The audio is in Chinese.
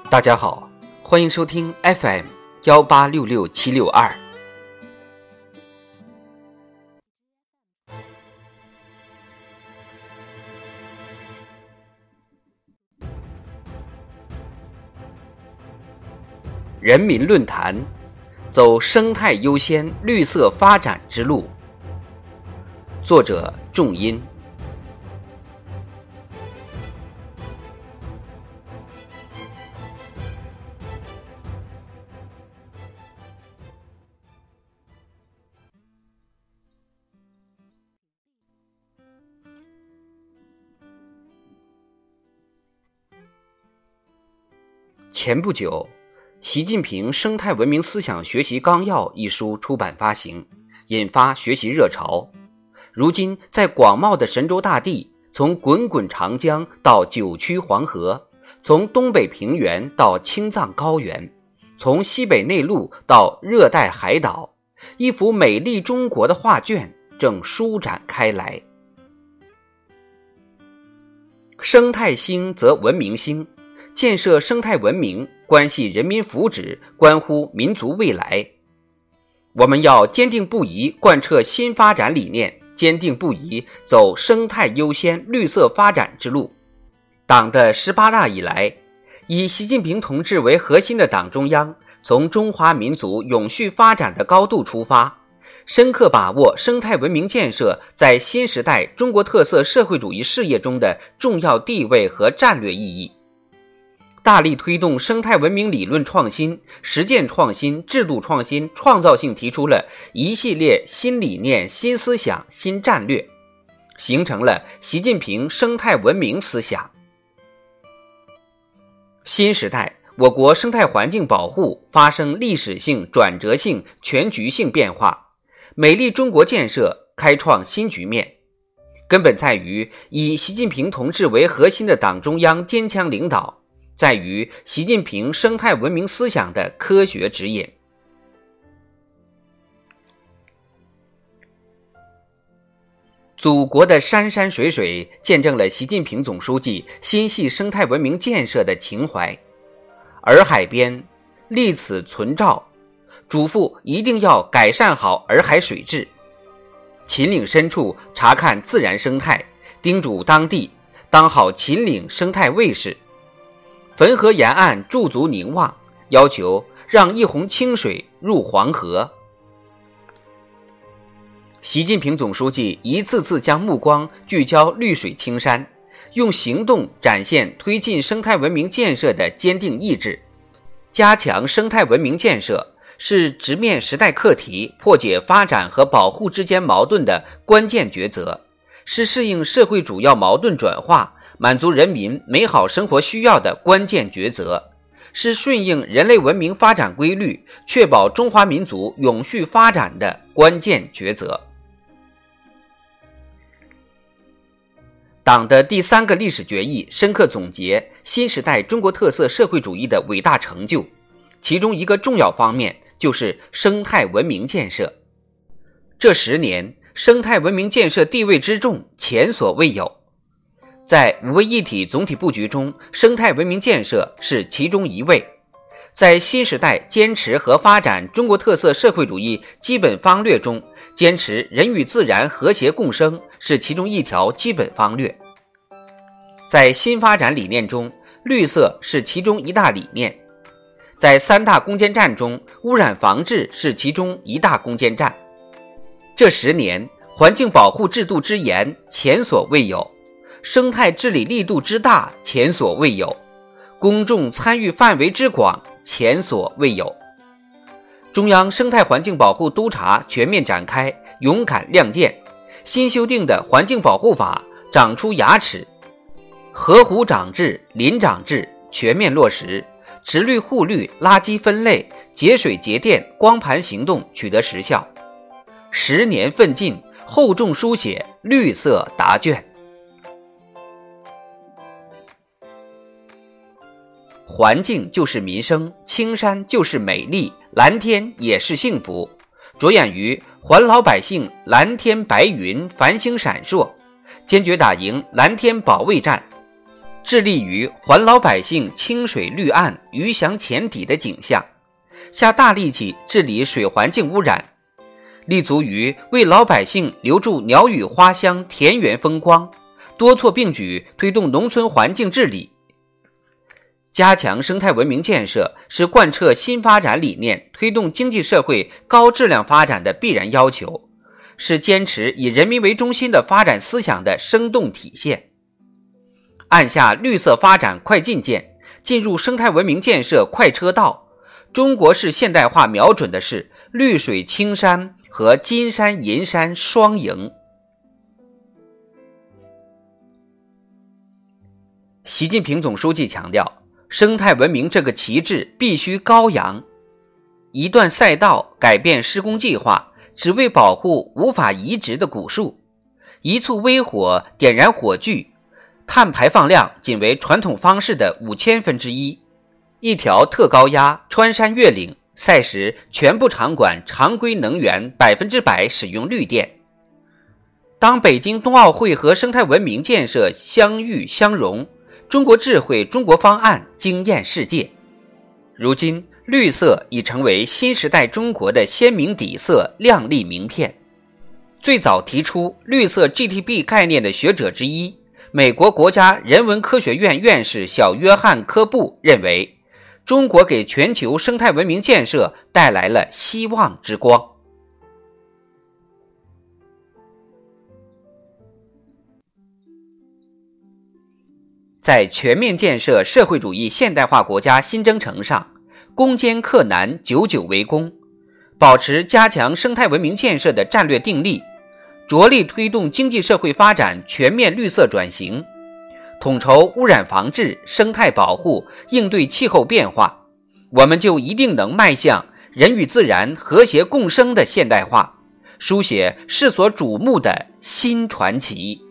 大家好，欢迎收听 FM1866762。人民论坛，走生态优先、绿色发展之路。作者：仲音。前不久，习近平生态文明思想学习纲要一书出版发行，引发学习热潮。如今在广袤的神州大地，从滚滚长江到九曲黄河，从东北平原到青藏高原，从西北内陆到热带海岛，一幅美丽中国的画卷正舒展开来。生态兴则文明兴，建设生态文明关系人民福祉，关乎民族未来。我们要坚定不移贯彻新发展理念，坚定不移走生态优先、绿色发展之路。党的18大以来，以习近平同志为核心的党中央，从中华民族永续发展的高度出发，深刻把握生态文明建设在新时代中国特色社会主义事业中的重要地位和战略意义，大力推动生态文明理论创新、实践创新、制度创新，创造性提出了一系列新理念、新思想、新战略，形成了习近平生态文明思想。新时代，我国生态环境保护发生历史性、转折性、全局性变化，美丽中国建设开创新局面，根本在于以习近平同志为核心的党中央坚强领导，在于习近平生态文明思想的科学指引。祖国的山山水水见证了习近平总书记心系生态文明建设的情怀。洱海边立此存照，嘱咐一定要改善好洱海水质；秦岭深处查看自然生态，叮嘱当地当好秦岭生态卫士；汾河沿岸驻足凝望，要求让一泓清水入黄河。习近平总书记一次次将目光聚焦绿水青山，用行动展现推进生态文明建设的坚定意志。加强生态文明建设是直面时代课题、破解发展和保护之间矛盾的关键抉择，是适应社会主要矛盾转化、满足人民美好生活需要的关键抉择，是顺应人类文明发展规律、确保中华民族永续发展的关键抉择。党的第3个历史决议深刻总结新时代中国特色社会主义的伟大成就，其中一个重要方面就是生态文明建设。这10年，生态文明建设地位之重前所未有。在5位一体总体布局中，生态文明建设是其中一位。在新时代坚持和发展中国特色社会主义基本方略中，坚持人与自然和谐共生是其中一条基本方略。在新发展理念中，绿色是其中一大理念。在3大攻坚战中，污染防治是其中一大攻坚战。这10年，环境保护制度之严前所未有，生态治理力度之大前所未有，公众参与范围之广前所未有。中央生态环境保护督查全面展开，勇敢亮剑，新修订的环境保护法长出牙齿，河湖长治、林长治全面落实，植绿护绿、垃圾分类、节水节电、光盘行动取得实效。10年奋进，厚重书写绿色答卷。环境就是民生，青山就是美丽，蓝天也是幸福。着眼于还老百姓蓝天白云繁星闪烁，坚决打赢蓝天保卫战。 致力于还老百姓清水绿岸、鱼翔浅底的景象，下大力气治理水环境污染，立足于为老百姓留住鸟语花香、田园风光，多措并举推动农村环境治理。加强生态文明建设是贯彻新发展理念、推动经济社会高质量发展的必然要求，是坚持以人民为中心的发展思想的生动体现。按下绿色发展快进键，进入生态文明建设快车道，中国式现代化瞄准的是绿水青山和金山银山双赢。习近平总书记强调，生态文明这个旗帜必须高扬，一段赛道改变施工计划，只为保护无法移植的古树，一簇微火点燃火炬，碳排放量仅为传统方式的5000分之一，一条特高压穿山越岭，赛时全部场馆常规能源100%使用绿电。当北京冬奥会和生态文明建设相遇相融，中国智慧、中国方案惊艳世界。如今，绿色已成为新时代中国的鲜明底色、亮丽名片。最早提出绿色 GDP 概念的学者之一，美国国家人文科学院院士小约翰·科布认为，中国给全球生态文明建设带来了希望之光。在全面建设社会主义现代化国家新征程上，攻坚克难，久久为功，保持加强生态文明建设的战略定力，着力推动经济社会发展全面绿色转型，统筹污染防治、生态保护，应对气候变化，我们就一定能迈向人与自然和谐共生的现代化，书写世所瞩目的新传奇。